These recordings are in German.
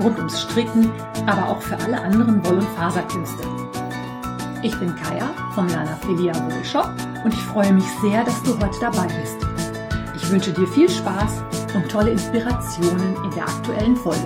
rund ums Stricken, aber auch für alle anderen Woll- und Faserkünste. Ich bin Kaya vom Lana Filia Wollshop und ich freue mich sehr, dass du heute dabei bist. Ich wünsche dir viel Spaß und tolle Inspirationen in der aktuellen Folge.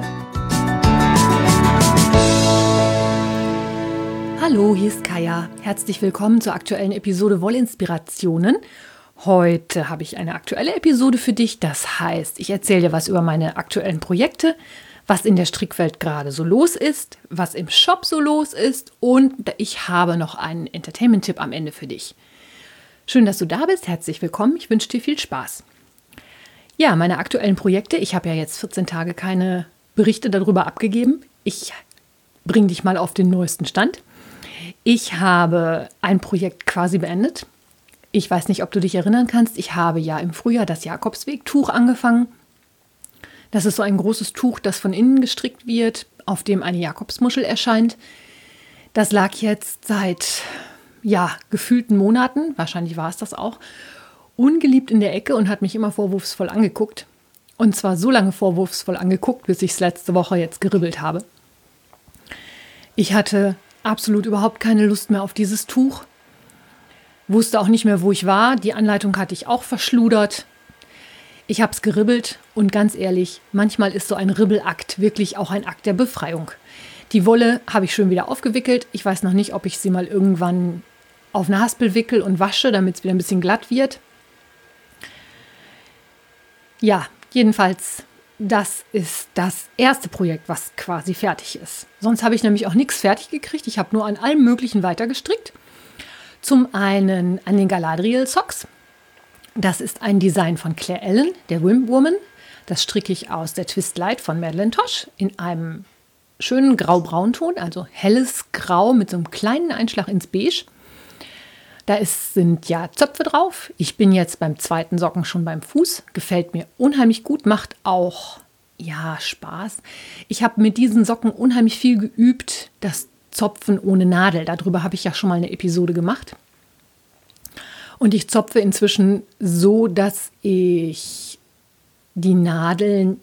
Hallo, hier ist Kaya. Herzlich willkommen zur aktuellen Episode Wollinspirationen. Heute habe ich eine aktuelle Episode für dich. Das heißt, ich erzähle dir was über meine aktuellen Projekte, was in der Strickwelt gerade so los ist, was im Shop so los ist und ich habe noch einen Entertainment-Tipp am Ende für dich. Schön, dass du da bist. Herzlich willkommen. Ich wünsche dir viel Spaß. Ja, meine aktuellen Projekte. Ich habe ja jetzt 14 Tage keine Berichte darüber abgegeben. Ich bringe dich mal auf den neuesten Stand. Ich habe ein Projekt quasi beendet. Ich weiß nicht, ob du dich erinnern kannst. Ich habe ja im Frühjahr das Jakobsweg-Tuch angefangen. Das ist so ein großes Tuch, das von innen gestrickt wird, auf dem eine Jakobsmuschel erscheint. Das lag jetzt seit, gefühlten Monaten, wahrscheinlich war es das auch, ungeliebt in der Ecke und hat mich immer vorwurfsvoll angeguckt. Und zwar so lange vorwurfsvoll angeguckt, bis ich es letzte Woche jetzt geribbelt habe. Ich hatte absolut überhaupt keine Lust mehr auf dieses Tuch. Wusste auch nicht mehr, wo ich war. Die Anleitung hatte ich auch verschludert. Ich habe es geribbelt und ganz ehrlich, manchmal ist so ein Ribbelakt wirklich auch ein Akt der Befreiung. Die Wolle habe ich schön wieder aufgewickelt. Ich weiß noch nicht, ob ich sie mal irgendwann auf eine Haspel wickel und wasche, damit es wieder ein bisschen glatt wird. Ja, jedenfalls, das ist das erste Projekt, was quasi fertig ist. Sonst habe ich nämlich auch nichts fertig gekriegt. Ich habe nur an allem Möglichen weitergestrickt. Zum einen an den Galadriel Socks. Das ist ein Design von Claire Ellen, der Wimp Woman. Das stricke ich aus der Twist Light von Madeleine Tosh in einem schönen Grau-Braunton, also helles Grau mit so einem kleinen Einschlag ins Beige. Da sind ja Zöpfe drauf. Ich bin jetzt beim zweiten Socken schon beim Fuß. Gefällt mir unheimlich gut, macht auch Spaß. Ich habe mit diesen Socken unheimlich viel geübt, das Zopfen ohne Nadel. Darüber habe ich ja schon mal eine Episode gemacht. Und ich zopfe inzwischen so, dass ich die Maschen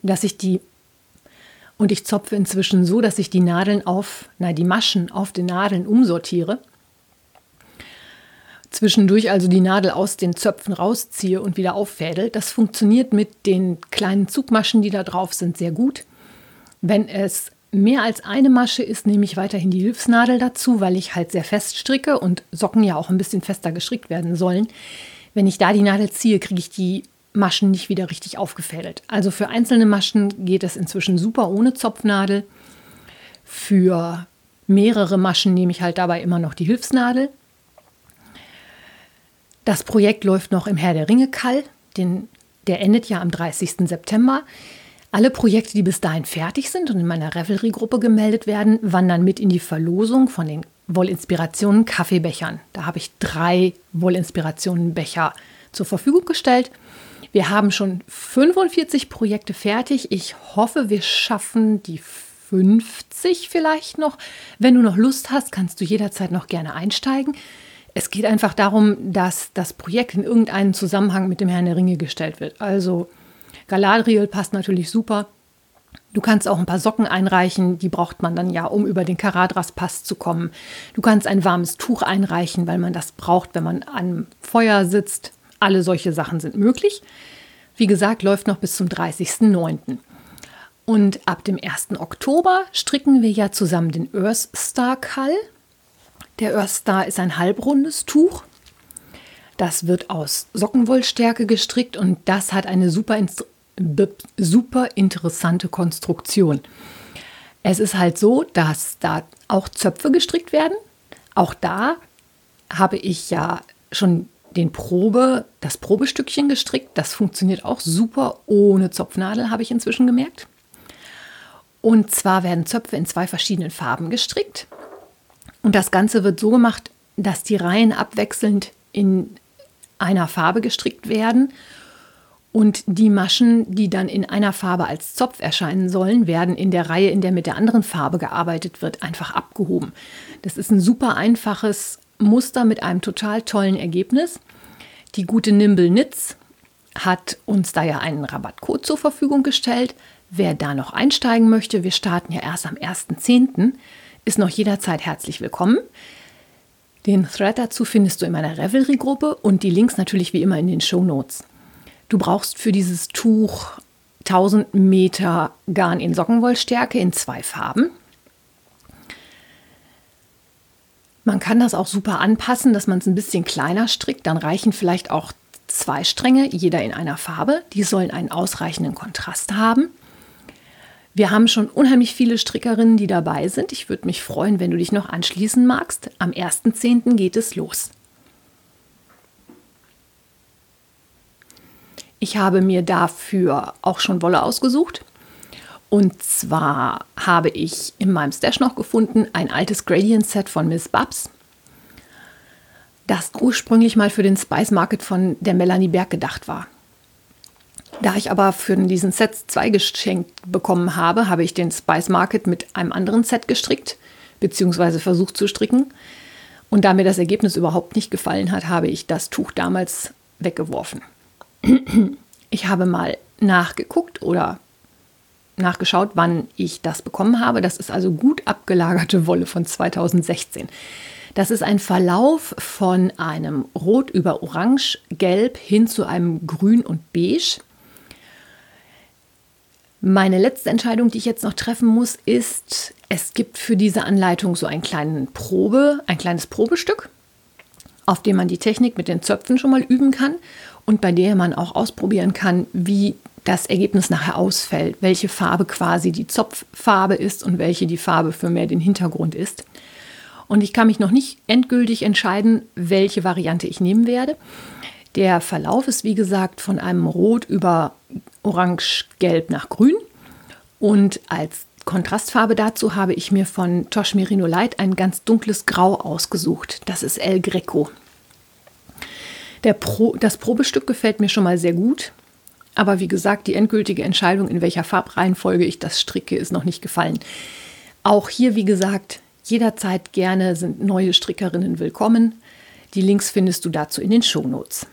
auf den Nadeln umsortiere. Zwischendurch also die Nadel aus den Zöpfen rausziehe und wieder auffädel. Das funktioniert mit den kleinen Zugmaschen, die da drauf sind, sehr gut. Wenn es mehr als eine Masche ist, nehme ich weiterhin die Hilfsnadel dazu, weil ich halt sehr fest stricke und Socken ja auch ein bisschen fester gestrickt werden sollen. Wenn ich da die Nadel ziehe, kriege ich die Maschen nicht wieder richtig aufgefädelt. Also für einzelne Maschen geht es inzwischen super ohne Zopfnadel. Für mehrere Maschen nehme ich halt dabei immer noch die Hilfsnadel. Das Projekt läuft noch im Herr der Ringe Kall. Der endet ja am 30. September. Alle Projekte, die bis dahin fertig sind und in meiner Revelry-Gruppe gemeldet werden, wandern mit in die Verlosung von den Wollinspirationen Kaffeebechern. Da habe ich 3 Wollinspirationen-Becher zur Verfügung gestellt. Wir haben schon 45 Projekte fertig. Ich hoffe, wir schaffen die 50 vielleicht noch. Wenn du noch Lust hast, kannst du jederzeit noch gerne einsteigen. Es geht einfach darum, dass das Projekt in irgendeinen Zusammenhang mit dem Herrn der Ringe gestellt wird. Also Galadriel passt natürlich super. Du kannst auch ein paar Socken einreichen, die braucht man dann ja, um über den Caradras-Pass zu kommen. Du kannst ein warmes Tuch einreichen, weil man das braucht, wenn man am Feuer sitzt. Alle solche Sachen sind möglich. Wie gesagt, läuft noch bis zum 30.09. Und ab dem 1. Oktober stricken wir ja zusammen den Earth Star Kall. Der Earth Star ist ein halbrundes Tuch. Das wird aus Sockenwollstärke gestrickt und das hat eine super interessante Konstruktion. Es ist halt so, dass da auch Zöpfe gestrickt werden. Auch da habe ich ja schon das Probestückchen gestrickt. Das funktioniert auch super ohne Zopfnadel, habe ich inzwischen gemerkt. Und zwar werden Zöpfe in 2 verschiedenen Farben gestrickt. Und das Ganze wird so gemacht, dass die Reihen abwechselnd in einer Farbe gestrickt werden. Und die Maschen, die dann in einer Farbe als Zopf erscheinen sollen, werden in der Reihe, in der mit der anderen Farbe gearbeitet wird, einfach abgehoben. Das ist ein super einfaches Muster mit einem total tollen Ergebnis. Die gute Nimble Knits hat uns da ja einen Rabattcode zur Verfügung gestellt. Wer da noch einsteigen möchte, wir starten ja erst am 1.10., ist noch jederzeit herzlich willkommen. Den Thread dazu findest du in meiner Revelry-Gruppe und die Links natürlich wie immer in den Shownotes. Du brauchst für dieses Tuch 1000 Meter Garn in Sockenwollstärke in 2 Farben. Man kann das auch super anpassen, dass man es ein bisschen kleiner strickt. Dann reichen vielleicht auch 2 Stränge, jeder in einer Farbe. Die sollen einen ausreichenden Kontrast haben. Wir haben schon unheimlich viele Strickerinnen, die dabei sind. Ich würde mich freuen, wenn du dich noch anschließen magst. Am 1.10. geht es los. Ich habe mir dafür auch schon Wolle ausgesucht. Und zwar habe ich in meinem Stash noch gefunden ein altes Gradient-Set von Miss Babs, das ursprünglich mal für den Spice Market von der Melanie Berg gedacht war. Da ich aber für diesen Set 2 geschenkt bekommen habe, habe ich den Spice Market mit einem anderen Set gestrickt, beziehungsweise versucht zu stricken. Und da mir das Ergebnis überhaupt nicht gefallen hat, habe ich das Tuch damals weggeworfen. Ich habe mal nachgeguckt oder nachgeschaut, wann ich das bekommen habe. Das ist also gut abgelagerte Wolle von 2016. Das ist ein Verlauf von einem Rot über Orange, Gelb hin zu einem Grün und Beige. Meine letzte Entscheidung, die ich jetzt noch treffen muss, ist, es gibt für diese Anleitung so ein kleines Probestück, auf dem man die Technik mit den Zöpfen schon mal üben kann und bei der man auch ausprobieren kann, wie das Ergebnis nachher ausfällt, welche Farbe quasi die Zopffarbe ist und welche die Farbe für mehr den Hintergrund ist. Und ich kann mich noch nicht endgültig entscheiden, welche Variante ich nehmen werde. Der Verlauf ist, wie gesagt, von einem Rot über Orange-Gelb nach Grün. Und als Kontrastfarbe dazu habe ich mir von Tosh Merino Light ein ganz dunkles Grau ausgesucht. Das ist El Greco. Das Probestück gefällt mir schon mal sehr gut. Aber wie gesagt, die endgültige Entscheidung, in welcher Farbreihenfolge ich das stricke, ist noch nicht gefallen. Auch hier, wie gesagt, jederzeit gerne sind neue Strickerinnen willkommen. Die Links findest du dazu in den Shownotes.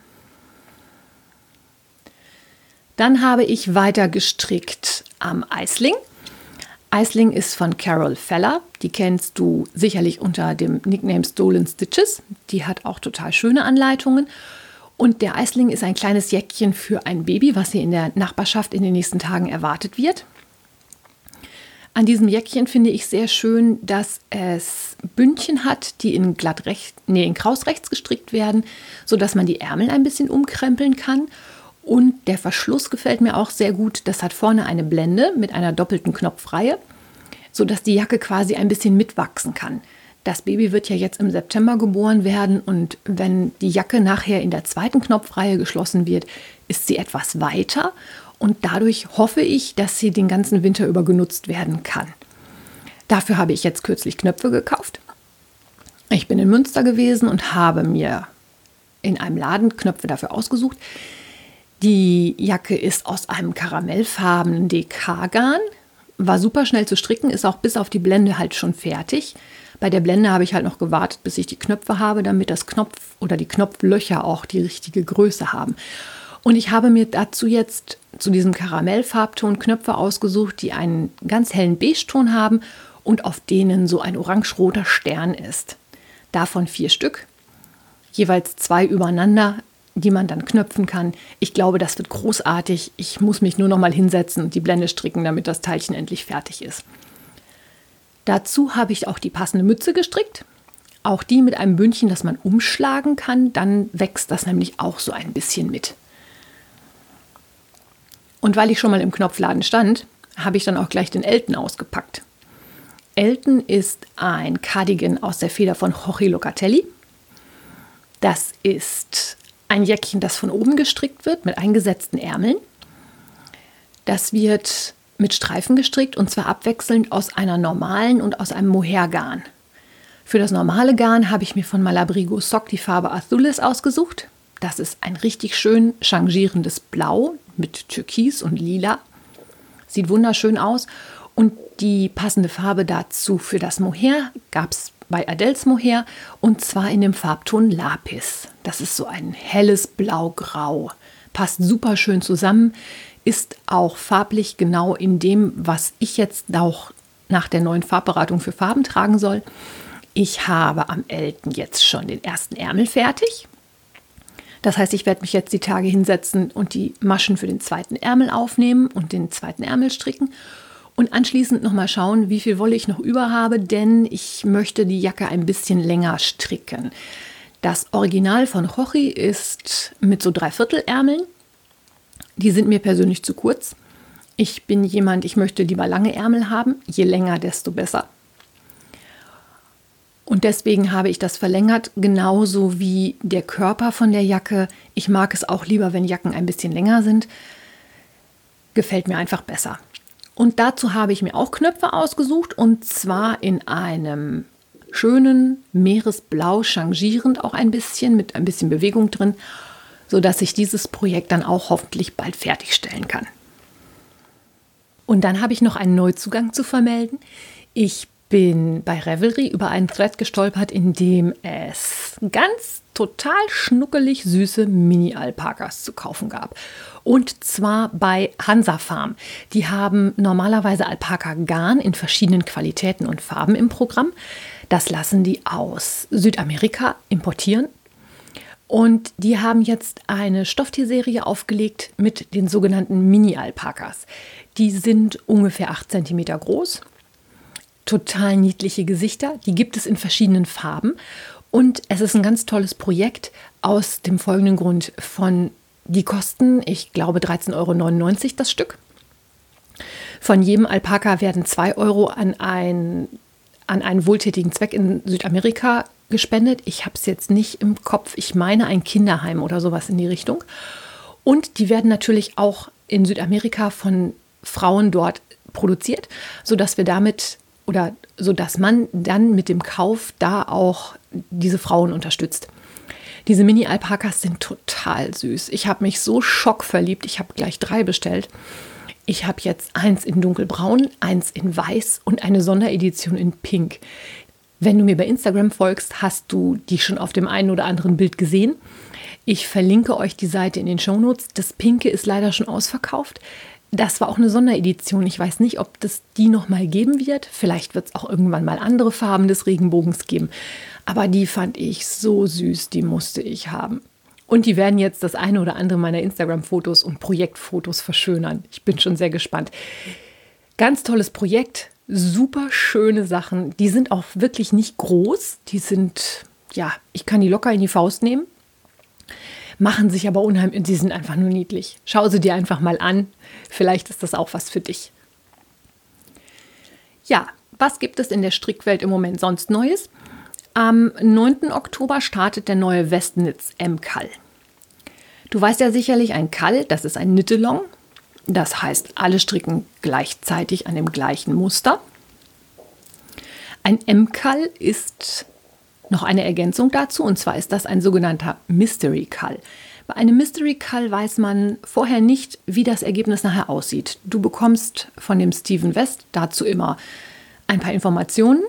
Dann habe ich weiter gestrickt am Aisling. Aisling ist von Carol Feller. Die kennst du sicherlich unter dem Nickname Stolen Stitches. Die hat auch total schöne Anleitungen. Und der Aisling ist ein kleines Jäckchen für ein Baby, was hier in der Nachbarschaft in den nächsten Tagen erwartet wird. An diesem Jäckchen finde ich sehr schön, dass es Bündchen hat, die in Kraus rechts gestrickt werden, sodass man die Ärmel ein bisschen umkrempeln kann. Und der Verschluss gefällt mir auch sehr gut. Das hat vorne eine Blende mit einer doppelten Knopfreihe, sodass die Jacke quasi ein bisschen mitwachsen kann. Das Baby wird ja jetzt im September geboren werden und wenn die Jacke nachher in der 2. Knopfreihe geschlossen wird, ist sie etwas weiter und dadurch hoffe ich, dass sie den ganzen Winter über genutzt werden kann. Dafür habe ich jetzt kürzlich Knöpfe gekauft. Ich bin in Münster gewesen und habe mir in einem Laden Knöpfe dafür ausgesucht. Die Jacke ist aus einem karamellfarbenen DK-Garn, war super schnell zu stricken, ist auch bis auf die Blende halt schon fertig. Bei der Blende habe ich halt noch gewartet, bis ich die Knöpfe habe, damit das Knopf oder die Knopflöcher auch die richtige Größe haben. Und ich habe mir dazu jetzt zu diesem Karamellfarbton Knöpfe ausgesucht, die einen ganz hellen Beige-Ton haben und auf denen so ein orange-roter Stern ist. Davon 4 Stück, jeweils 2 übereinander, die man dann knöpfen kann. Ich glaube, das wird großartig. Ich muss mich nur noch mal hinsetzen und die Blende stricken, damit das Teilchen endlich fertig ist. Dazu habe ich auch die passende Mütze gestrickt. Auch die mit einem Bündchen, das man umschlagen kann. Dann wächst das nämlich auch so ein bisschen mit. Und weil ich schon mal im Knopfladen stand, habe ich dann auch gleich den Elton ausgepackt. Elton ist ein Cardigan aus der Feder von Jorge Locatelli. Das ist ein Jäckchen, das von oben gestrickt wird mit eingesetzten Ärmeln. Das wird mit Streifen gestrickt und zwar abwechselnd aus einer normalen und aus einem Mohair-Garn. Für das normale Garn habe ich mir von Malabrigo Sock die Farbe Azules ausgesucht. Das ist ein richtig schön changierendes Blau mit Türkis und Lila. Sieht wunderschön aus. Und die passende Farbe dazu für das Mohair gab es bei Adels Mohair und zwar in dem Farbton Lapis. Das ist so ein helles Blau-Grau. Passt super schön zusammen. ist auch farblich genau in dem, was ich jetzt auch nach der neuen Farbberatung für Farben tragen soll. Ich habe am Elten jetzt schon den ersten Ärmel fertig. Das heißt, ich werde mich jetzt die Tage hinsetzen und die Maschen für den zweiten Ärmel aufnehmen und den zweiten Ärmel stricken. Und anschließend nochmal schauen, wie viel Wolle ich noch über habe, denn ich möchte die Jacke ein bisschen länger stricken. Das Original von Jochi ist mit so 3/4 Ärmeln. Die sind mir persönlich zu kurz. Ich bin jemand, ich möchte lieber lange Ärmel haben. Je länger, desto besser. Und deswegen habe ich das verlängert, genauso wie der Körper von der Jacke. Ich mag es auch lieber, wenn Jacken ein bisschen länger sind. Gefällt mir einfach besser. Und dazu habe ich mir auch Knöpfe ausgesucht, und zwar in einem schönen Meeresblau, changierend auch ein bisschen, mit ein bisschen Bewegung drin, sodass ich dieses Projekt dann auch hoffentlich bald fertigstellen kann. Und dann habe ich noch einen Neuzugang zu vermelden. Ich bin bei Ravelry über einen Thread gestolpert, in dem es ganz total schnuckelig süße Mini-Alpakas zu kaufen gab. Und zwar bei Hansa Farm. Die haben normalerweise Alpaka-Garn in verschiedenen Qualitäten und Farben im Programm. Das lassen die aus Südamerika importieren. Und die haben jetzt eine Stofftierserie aufgelegt mit den sogenannten Mini-Alpakas. Die sind ungefähr 8 cm groß. Total niedliche Gesichter. Die gibt es in verschiedenen Farben. Und es ist ein ganz tolles Projekt aus dem folgenden Grund. Die kosten, ich glaube, 13,99 € das Stück. Von jedem Alpaka werden 2 € an einen wohltätigen Zweck in Südamerika gespendet. Ich habe es jetzt nicht im Kopf. Ich meine ein Kinderheim oder sowas in die Richtung. Und die werden natürlich auch in Südamerika von Frauen dort produziert, sodass man dann mit dem Kauf da auch diese Frauen unterstützt. Diese Mini-Alpakas sind total süß. Ich habe mich so schockverliebt. Ich habe gleich 3 bestellt. Ich habe jetzt eins in dunkelbraun, eins in weiß und eine Sonderedition in pink. Wenn du mir bei Instagram folgst, hast du die schon auf dem einen oder anderen Bild gesehen. Ich verlinke euch die Seite in den Shownotes. Das Pinke ist leider schon ausverkauft. Das war auch eine Sonderedition. Ich weiß nicht, ob das die nochmal geben wird. Vielleicht wird es auch irgendwann mal andere Farben des Regenbogens geben. Aber die fand ich so süß, die musste ich haben. Und die werden jetzt das eine oder andere meiner Instagram-Fotos und Projektfotos verschönern. Ich bin schon sehr gespannt. Ganz tolles Projekt, super schöne Sachen. Die sind auch wirklich nicht groß. Die sind, ich kann die locker in die Faust nehmen. Machen sich aber unheimlich, sie sind einfach nur niedlich. Schau sie dir einfach mal an. Vielleicht ist das auch was für dich. Ja, was gibt es in der Strickwelt im Moment sonst Neues? Am 9. Oktober startet der neue Westnitz M-Kall. Du weißt ja sicherlich, ein Kall, das ist ein Knit-Along. Das heißt, alle stricken gleichzeitig an dem gleichen Muster. Ein M-Kall ist noch eine Ergänzung dazu, und zwar ist das ein sogenannter Mystery Kall. Bei einem Mystery Kall weiß man vorher nicht, wie das Ergebnis nachher aussieht. Du bekommst von dem Steven West dazu immer ein paar Informationen,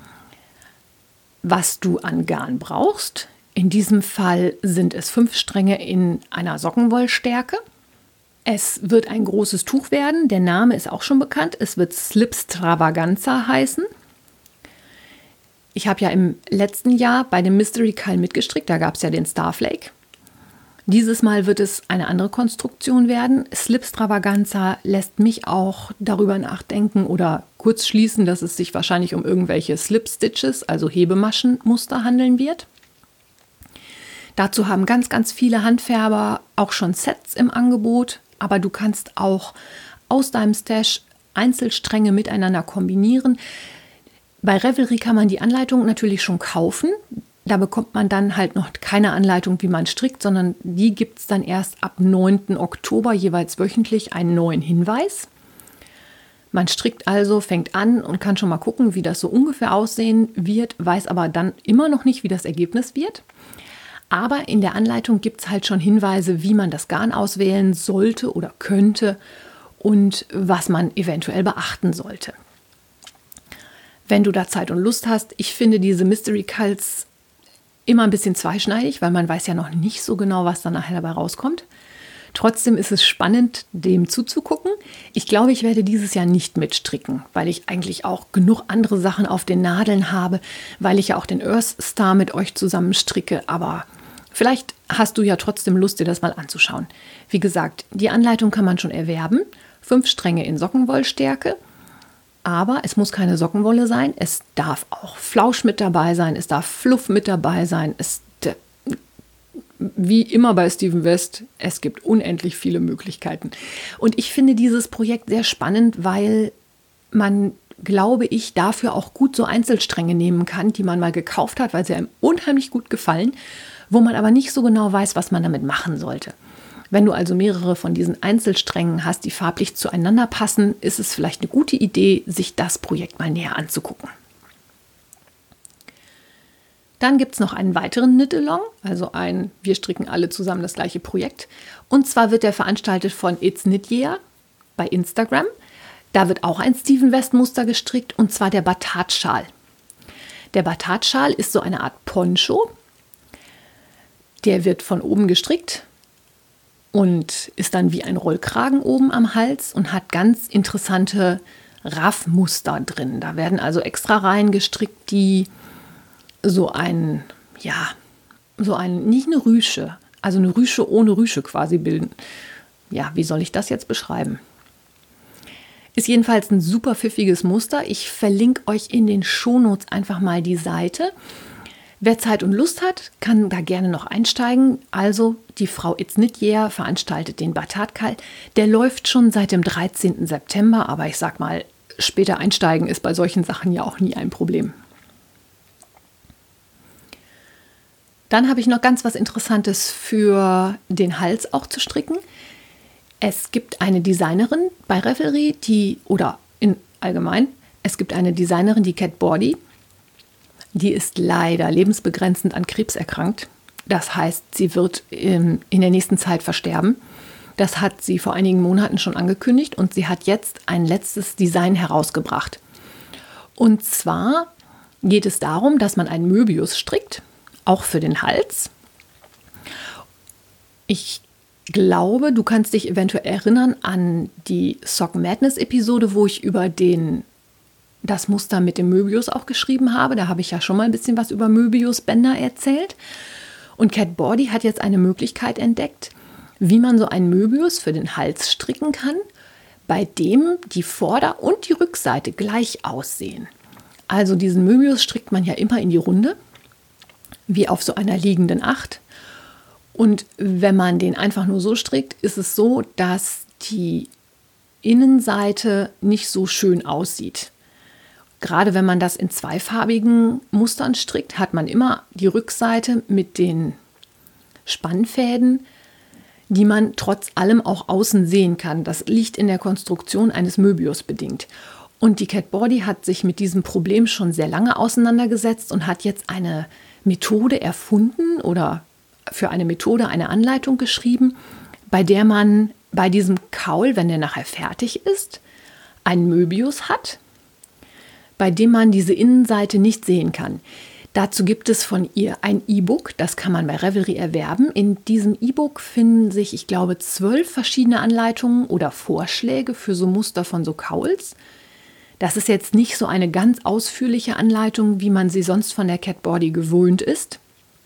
was du an Garn brauchst. In diesem Fall sind es 5 Stränge in einer Sockenwollstärke. Es wird ein großes Tuch werden, der Name ist auch schon bekannt. Es wird Slipstravaganza heißen. Ich habe ja im letzten Jahr bei dem Mystery Kall mitgestrickt, da gab es ja den Starflake. Dieses Mal wird es eine andere Konstruktion werden. Slipstravaganza lässt mich auch darüber nachdenken oder kurz schließen, dass es sich wahrscheinlich um irgendwelche Slip-Stitches, also Hebemaschenmuster handeln wird. Dazu haben ganz, ganz viele Handfärber auch schon Sets im Angebot, aber du kannst auch aus deinem Stash Einzelstränge miteinander kombinieren. Bei Ravelry kann man die Anleitung natürlich schon kaufen. Da bekommt man dann halt noch keine Anleitung, wie man strickt, sondern die gibt es dann erst ab 9. Oktober jeweils wöchentlich einen neuen Hinweis. Man strickt also, fängt an und kann schon mal gucken, wie das so ungefähr aussehen wird, weiß aber dann immer noch nicht, wie das Ergebnis wird. Aber in der Anleitung gibt es halt schon Hinweise, wie man das Garn auswählen sollte oder könnte und was man eventuell beachten sollte. Wenn du da Zeit und Lust hast, ich finde diese Mystery Culls immer ein bisschen zweischneidig, weil man weiß ja noch nicht so genau, was dann nachher dabei rauskommt. Trotzdem ist es spannend, dem zuzugucken. Ich glaube, ich werde dieses Jahr nicht mitstricken, weil ich eigentlich auch genug andere Sachen auf den Nadeln habe, weil ich ja auch den Earth Star mit euch zusammen stricke. Aber vielleicht hast du ja trotzdem Lust, dir das mal anzuschauen. Wie gesagt, die Anleitung kann man schon erwerben. 5 Stränge in Sockenwollstärke. Aber es muss keine Sockenwolle sein. Es darf auch Flausch mit dabei sein. Es darf Fluff mit dabei sein. Wie immer bei Steven West, es gibt unendlich viele Möglichkeiten. Und ich finde dieses Projekt sehr spannend, weil man, glaube ich, dafür auch gut so Einzelstränge nehmen kann, die man mal gekauft hat, weil sie einem unheimlich gut gefallen, wo man aber nicht so genau weiß, was man damit machen sollte. Wenn du also mehrere von diesen Einzelsträngen hast, die farblich zueinander passen, ist es vielleicht eine gute Idee, sich das Projekt mal näher anzugucken. Dann gibt es noch einen weiteren Knit-Along, also wir stricken alle zusammen das gleiche Projekt. Und zwar wird der veranstaltet von It's Knit Year bei Instagram. Da wird auch ein Steven West Muster gestrickt, und zwar der Batatschal. Der Batatschal ist so eine Art Poncho. Der wird von oben gestrickt und ist dann wie ein Rollkragen oben am Hals und hat ganz interessante Raffmuster drin. Da werden also extra Reihen gestrickt, die nicht eine Rüsche, also eine Rüsche ohne Rüsche quasi bilden. Ja, wie soll ich das jetzt beschreiben? Ist jedenfalls ein super pfiffiges Muster. Ich verlinke euch in den Shownotes einfach mal die Seite. Wer Zeit und Lust hat, kann da gerne noch einsteigen. Also die Frau It's Knit Year veranstaltet den Batatkal. Der läuft schon seit dem 13. September, aber ich sag mal, später einsteigen ist bei solchen Sachen ja auch nie ein Problem. Dann habe ich noch ganz was Interessantes für den Hals auch zu stricken. Es gibt eine Designerin bei Revelry, es gibt eine Designerin, die Cat Bordy. Die ist leider lebensbegrenzend an Krebs erkrankt. Das heißt, sie wird in der nächsten Zeit versterben. Das hat sie vor einigen Monaten schon angekündigt und sie hat jetzt ein letztes Design herausgebracht. Und zwar geht es darum, dass man einen Möbius strickt, auch für den Hals. Ich glaube, du kannst dich eventuell erinnern an die Sock Madness Episode, wo ich über das Muster mit dem Möbius auch geschrieben habe. Da habe ich ja schon mal ein bisschen was über Möbius-Bänder erzählt. Und Cat Bordy hat jetzt eine Möglichkeit entdeckt, wie man so einen Möbius für den Hals stricken kann, bei dem die Vorder- und die Rückseite gleich aussehen. Also diesen Möbius strickt man ja immer in die Runde, wie auf so einer liegenden 8. Und wenn man den einfach nur so strickt, ist es so, dass die Innenseite nicht so schön aussieht. Gerade wenn man das in zweifarbigen Mustern strickt, hat man immer die Rückseite mit den Spannfäden, die man trotz allem auch außen sehen kann. Das liegt in der Konstruktion eines Möbius bedingt. Und die Cat Bordy hat sich mit diesem Problem schon sehr lange auseinandergesetzt und hat jetzt eine Methode erfunden oder für eine Methode eine Anleitung geschrieben, bei der man bei diesem Kaul, wenn der nachher fertig ist, einen Möbius hat, bei dem man diese Innenseite nicht sehen kann. Dazu gibt es von ihr ein E-Book, das kann man bei Revelry erwerben. In diesem E-Book finden sich, ich glaube, 12 verschiedene Anleitungen oder Vorschläge für so Muster von so Kauls. Das ist jetzt nicht so eine ganz ausführliche Anleitung, wie man sie sonst von der Cat Bordy gewöhnt ist,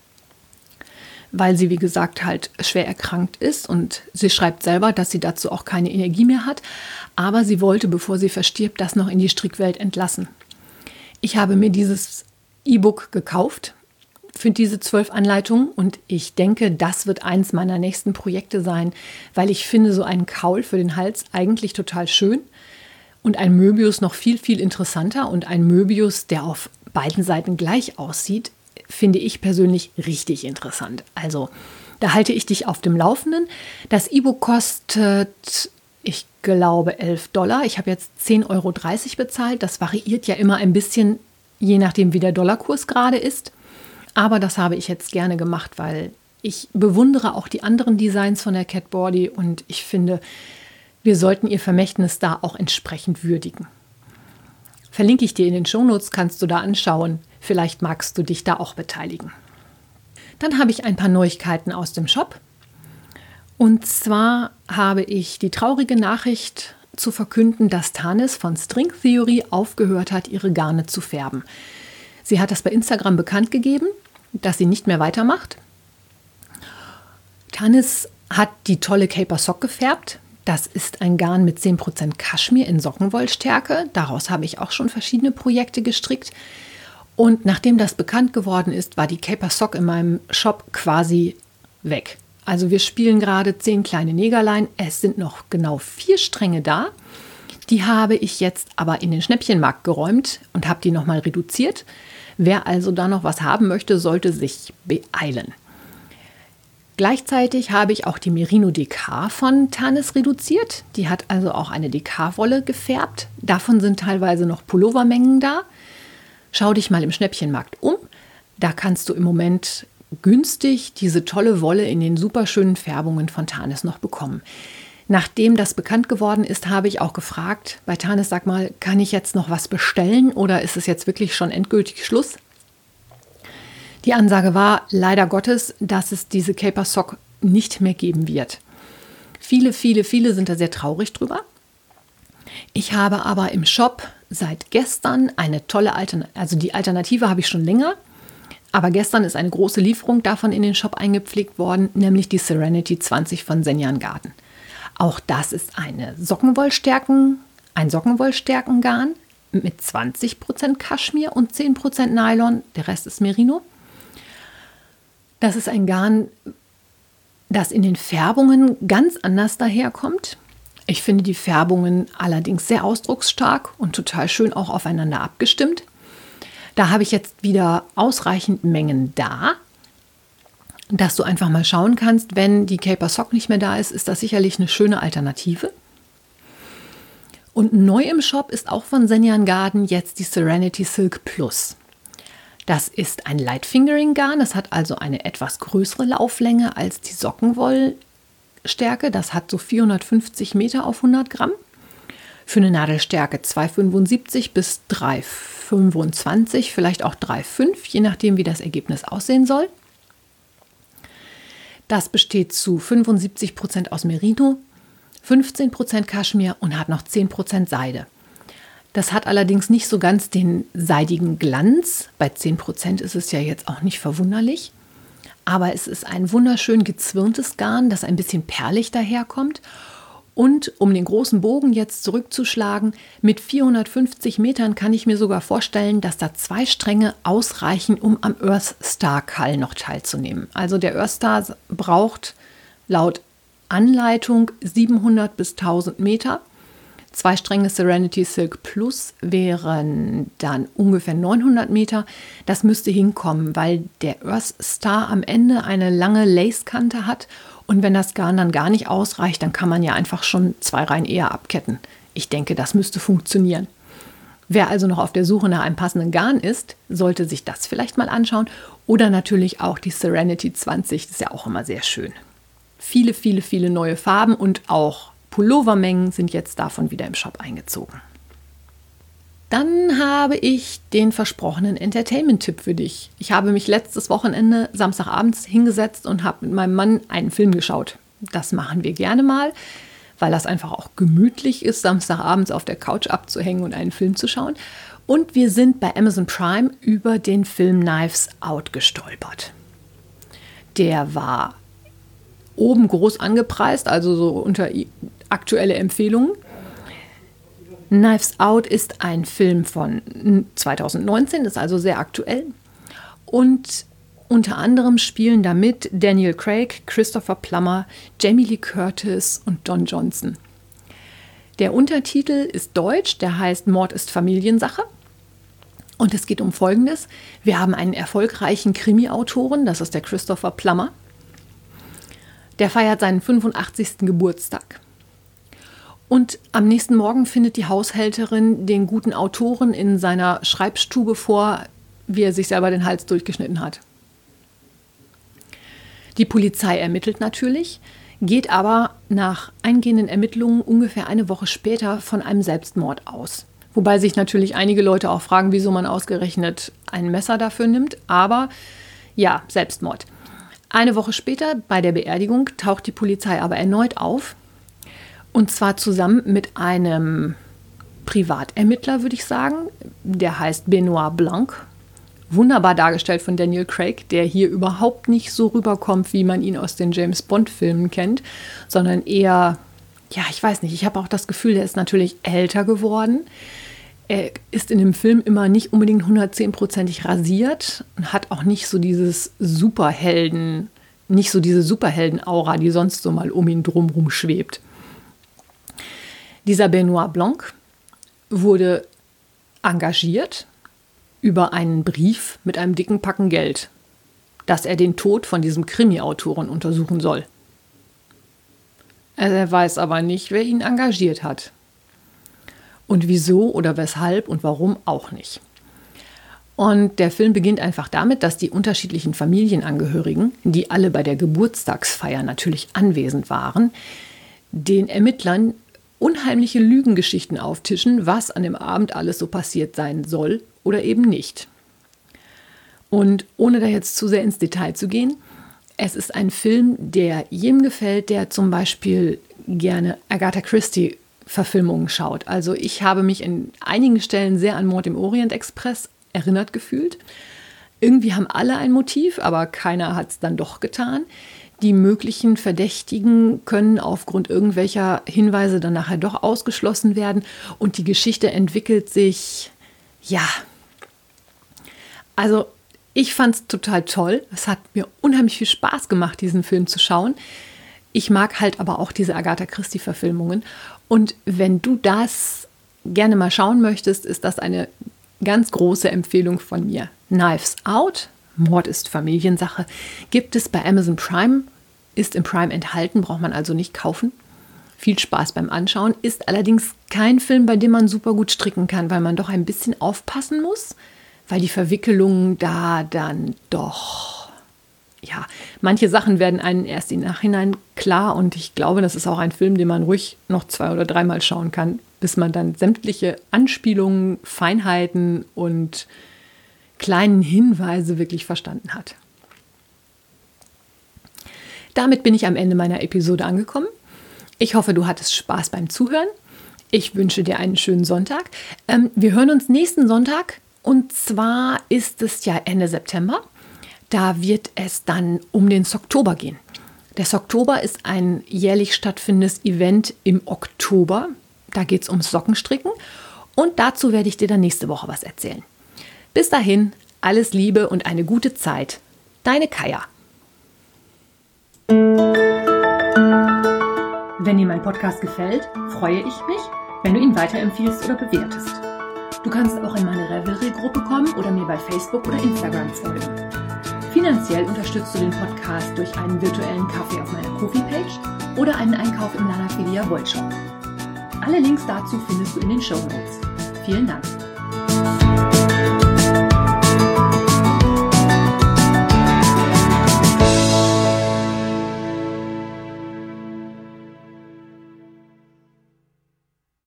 weil sie, wie gesagt, halt schwer erkrankt ist und sie schreibt selber, dass sie dazu auch keine Energie mehr hat, aber sie wollte, bevor sie verstirbt, das noch in die Strickwelt entlassen. Ich habe mir dieses E-Book gekauft, finde diese 12 Anleitungen und ich denke, das wird eins meiner nächsten Projekte sein, weil ich finde so einen Kaul für den Hals eigentlich total schön und ein Möbius noch viel, viel interessanter und ein Möbius, der auf beiden Seiten gleich aussieht, finde ich persönlich richtig interessant. Also da halte ich dich auf dem Laufenden. Das E-Book kostet, ich glaube, $11. Ich habe jetzt 10,30 € bezahlt. Das variiert ja immer ein bisschen, je nachdem, wie der Dollarkurs gerade ist. Aber das habe ich jetzt gerne gemacht, weil ich bewundere auch die anderen Designs von der Cat Bordy und ich finde, wir sollten ihr Vermächtnis da auch entsprechend würdigen. Verlinke ich dir in den Shownotes, kannst du da anschauen. Vielleicht magst du dich da auch beteiligen. Dann habe ich ein paar Neuigkeiten aus dem Shop. Und zwar habe ich die traurige Nachricht zu verkünden, dass Tanis von String Theory aufgehört hat, ihre Garne zu färben. Sie hat das bei Instagram bekannt gegeben, dass sie nicht mehr weitermacht. Tanis hat die tolle Caper Sock gefärbt. Das ist ein Garn mit 10% Kaschmir in Sockenwollstärke. Daraus habe ich auch schon verschiedene Projekte gestrickt. Und nachdem das bekannt geworden ist, war die Caper Sock in meinem Shop quasi weg. Also wir spielen gerade 10 kleine Negerlein. Es sind noch genau 4 Stränge da. Die habe ich jetzt aber in den Schnäppchenmarkt geräumt und habe die nochmal reduziert. Wer also da noch was haben möchte, sollte sich beeilen. Gleichzeitig habe ich auch die Merino DK von Tanis reduziert. Die hat also auch eine DK-Wolle gefärbt. Davon sind teilweise noch Pullovermengen da. Schau dich mal im Schnäppchenmarkt um. Da kannst du im Moment günstig diese tolle Wolle in den super schönen Färbungen von Tanis noch bekommen. Nachdem das bekannt geworden ist, habe ich auch gefragt bei Tanis, sag mal, kann ich jetzt noch was bestellen oder ist es jetzt wirklich schon endgültig Schluss? Die Ansage war leider Gottes, dass es diese Caper Sock nicht mehr geben wird. Viele sind da sehr traurig drüber. Ich habe aber im Shop seit gestern eine tolle Alternative, also die Alternative habe ich schon länger, aber gestern ist eine große Lieferung davon in den Shop eingepflegt worden, nämlich die Serenity 20 von Senjan Garden. Auch das ist ein Sockenwollstärkengarn mit 20% Kaschmir und 10% Nylon, der Rest ist Merino. Das ist ein Garn, das in den Färbungen ganz anders daherkommt. Ich finde die Färbungen allerdings sehr ausdrucksstark und total schön auch aufeinander abgestimmt. Da habe ich jetzt wieder ausreichend Mengen da, dass du einfach mal schauen kannst, wenn die Caper Sock nicht mehr da ist, ist das sicherlich eine schöne Alternative. Und neu im Shop ist auch von Senjan Garden jetzt die Serenity Silk Plus. Das ist ein Light-Fingering-Garn, das hat also eine etwas größere Lauflänge als die Sockenwollstärke. Das hat so 450 Meter auf 100 Gramm. Für eine Nadelstärke 2,75 bis 3,25, vielleicht auch 3,5, je nachdem, wie das Ergebnis aussehen soll. Das besteht zu 75% aus Merino, 15% Kaschmir und hat noch 10% Seide. Das hat allerdings nicht so ganz den seidigen Glanz. Bei 10% ist es ja jetzt auch nicht verwunderlich. Aber es ist ein wunderschön gezwirntes Garn, das ein bisschen perlig daherkommt. Und um den großen Bogen jetzt zurückzuschlagen, mit 450 Metern kann ich mir sogar vorstellen, dass da 2 Stränge ausreichen, um am Earth Star Call noch teilzunehmen. Also der Earth Star braucht laut Anleitung 700 bis 1000 Meter. 2 Stränge Serenity Silk Plus wären dann ungefähr 900 Meter. Das müsste hinkommen, weil der Earth Star am Ende eine lange Lace-Kante hat. Und wenn das Garn dann gar nicht ausreicht, dann kann man ja einfach schon 2 Reihen eher abketten. Ich denke, das müsste funktionieren. Wer also noch auf der Suche nach einem passenden Garn ist, sollte sich das vielleicht mal anschauen. Oder natürlich auch die Serenity 20, das ist ja auch immer sehr schön. Viele neue Farben und auch Pullovermengen sind jetzt davon wieder im Shop eingezogen. Dann habe ich den versprochenen Entertainment-Tipp für dich. Ich habe mich letztes Wochenende Samstagabends hingesetzt und habe mit meinem Mann einen Film geschaut. Das machen wir gerne mal, weil das einfach auch gemütlich ist, Samstagabends auf der Couch abzuhängen und einen Film zu schauen. Und wir sind bei Amazon Prime über den Film Knives Out gestolpert. Der war oben groß angepreist, also so unter aktuelle Empfehlungen. Knives Out ist ein Film von 2019, ist also sehr aktuell. Und unter anderem spielen damit Daniel Craig, Christopher Plummer, Jamie Lee Curtis und Don Johnson. Der Untertitel ist deutsch, der heißt Mord ist Familiensache. Und es geht um Folgendes. Wir haben einen erfolgreichen Krimi-Autoren, das ist der Christopher Plummer. Der feiert seinen 85. Geburtstag. Und am nächsten Morgen findet die Haushälterin den guten Autoren in seiner Schreibstube vor, wie er sich selber den Hals durchgeschnitten hat. Die Polizei ermittelt natürlich, geht aber nach eingehenden Ermittlungen ungefähr eine Woche später von einem Selbstmord aus. Wobei sich natürlich einige Leute auch fragen, wieso man ausgerechnet ein Messer dafür nimmt. Aber ja, Selbstmord. Eine Woche später bei der Beerdigung taucht die Polizei aber erneut auf. Und zwar zusammen mit einem Privatermittler, würde ich sagen. Der heißt Benoit Blanc. Wunderbar dargestellt von Daniel Craig, der hier überhaupt nicht so rüberkommt, wie man ihn aus den James-Bond-Filmen kennt, sondern eher, ja, ich weiß nicht, ich habe auch das Gefühl, der ist natürlich älter geworden. Er ist in dem Film immer nicht unbedingt 110%ig rasiert und hat auch nicht so dieses Superhelden-Aura, die sonst so mal um ihn drumherum schwebt. Dieser Benoit Blanc wurde engagiert über einen Brief mit einem dicken Packen Geld, dass er den Tod von diesem Krimi-Autoren untersuchen soll. Er weiß aber nicht, wer ihn engagiert hat. Und wieso oder weshalb und warum auch nicht. Und der Film beginnt einfach damit, dass die unterschiedlichen Familienangehörigen, die alle bei der Geburtstagsfeier natürlich anwesend waren, den Ermittlern unheimliche Lügengeschichten auftischen, was an dem Abend alles so passiert sein soll oder eben nicht. Und ohne da jetzt zu sehr ins Detail zu gehen, es ist ein Film, der jedem gefällt, der zum Beispiel gerne Agatha Christie-Verfilmungen schaut. Also ich habe mich in einigen Stellen sehr an Mord im Orient Express erinnert gefühlt. Irgendwie haben alle ein Motiv, aber keiner hat es dann doch getan. Die möglichen Verdächtigen können aufgrund irgendwelcher Hinweise dann nachher doch ausgeschlossen werden und die Geschichte entwickelt sich, ja, also ich fand es total toll. Es hat mir unheimlich viel Spaß gemacht, diesen Film zu schauen. Ich mag halt aber auch diese Agatha Christie-Verfilmungen. Und wenn du das gerne mal schauen möchtest, ist das eine ganz große Empfehlung von mir. Knives Out, Mord ist Familiensache, gibt es bei Amazon Prime, ist im Prime enthalten, braucht man also nicht kaufen. Viel Spaß beim Anschauen, ist allerdings kein Film, bei dem man super gut stricken kann, weil man doch ein bisschen aufpassen muss, weil die Verwicklungen da dann doch, ja, manche Sachen werden einem erst im Nachhinein klar und ich glaube, das ist auch ein Film, den man ruhig noch 2- oder 3-mal schauen kann, bis man dann sämtliche Anspielungen, Feinheiten und kleinen Hinweise wirklich verstanden hat. Damit bin ich am Ende meiner Episode angekommen. Ich hoffe, du hattest Spaß beim Zuhören. Ich wünsche dir einen schönen Sonntag. Wir hören uns nächsten Sonntag. Und zwar ist es ja Ende September. Da wird es dann um den Socktober gehen. Der Socktober ist ein jährlich stattfindendes Event im Oktober. Da geht es ums Sockenstricken. Und dazu werde ich dir dann nächste Woche was erzählen. Bis dahin, alles Liebe und eine gute Zeit. Deine Kaja. Wenn dir mein Podcast gefällt, freue ich mich, wenn du ihn weiterempfiehlst oder bewertest. Du kannst auch in meine Revelry-Gruppe kommen oder mir bei Facebook oder Instagram folgen. Finanziell unterstützt du den Podcast durch einen virtuellen Kaffee auf meiner Ko-fi-Page oder einen Einkauf im Lana Filia Wollshop. Alle Links dazu findest du in den Shownotes. Vielen Dank.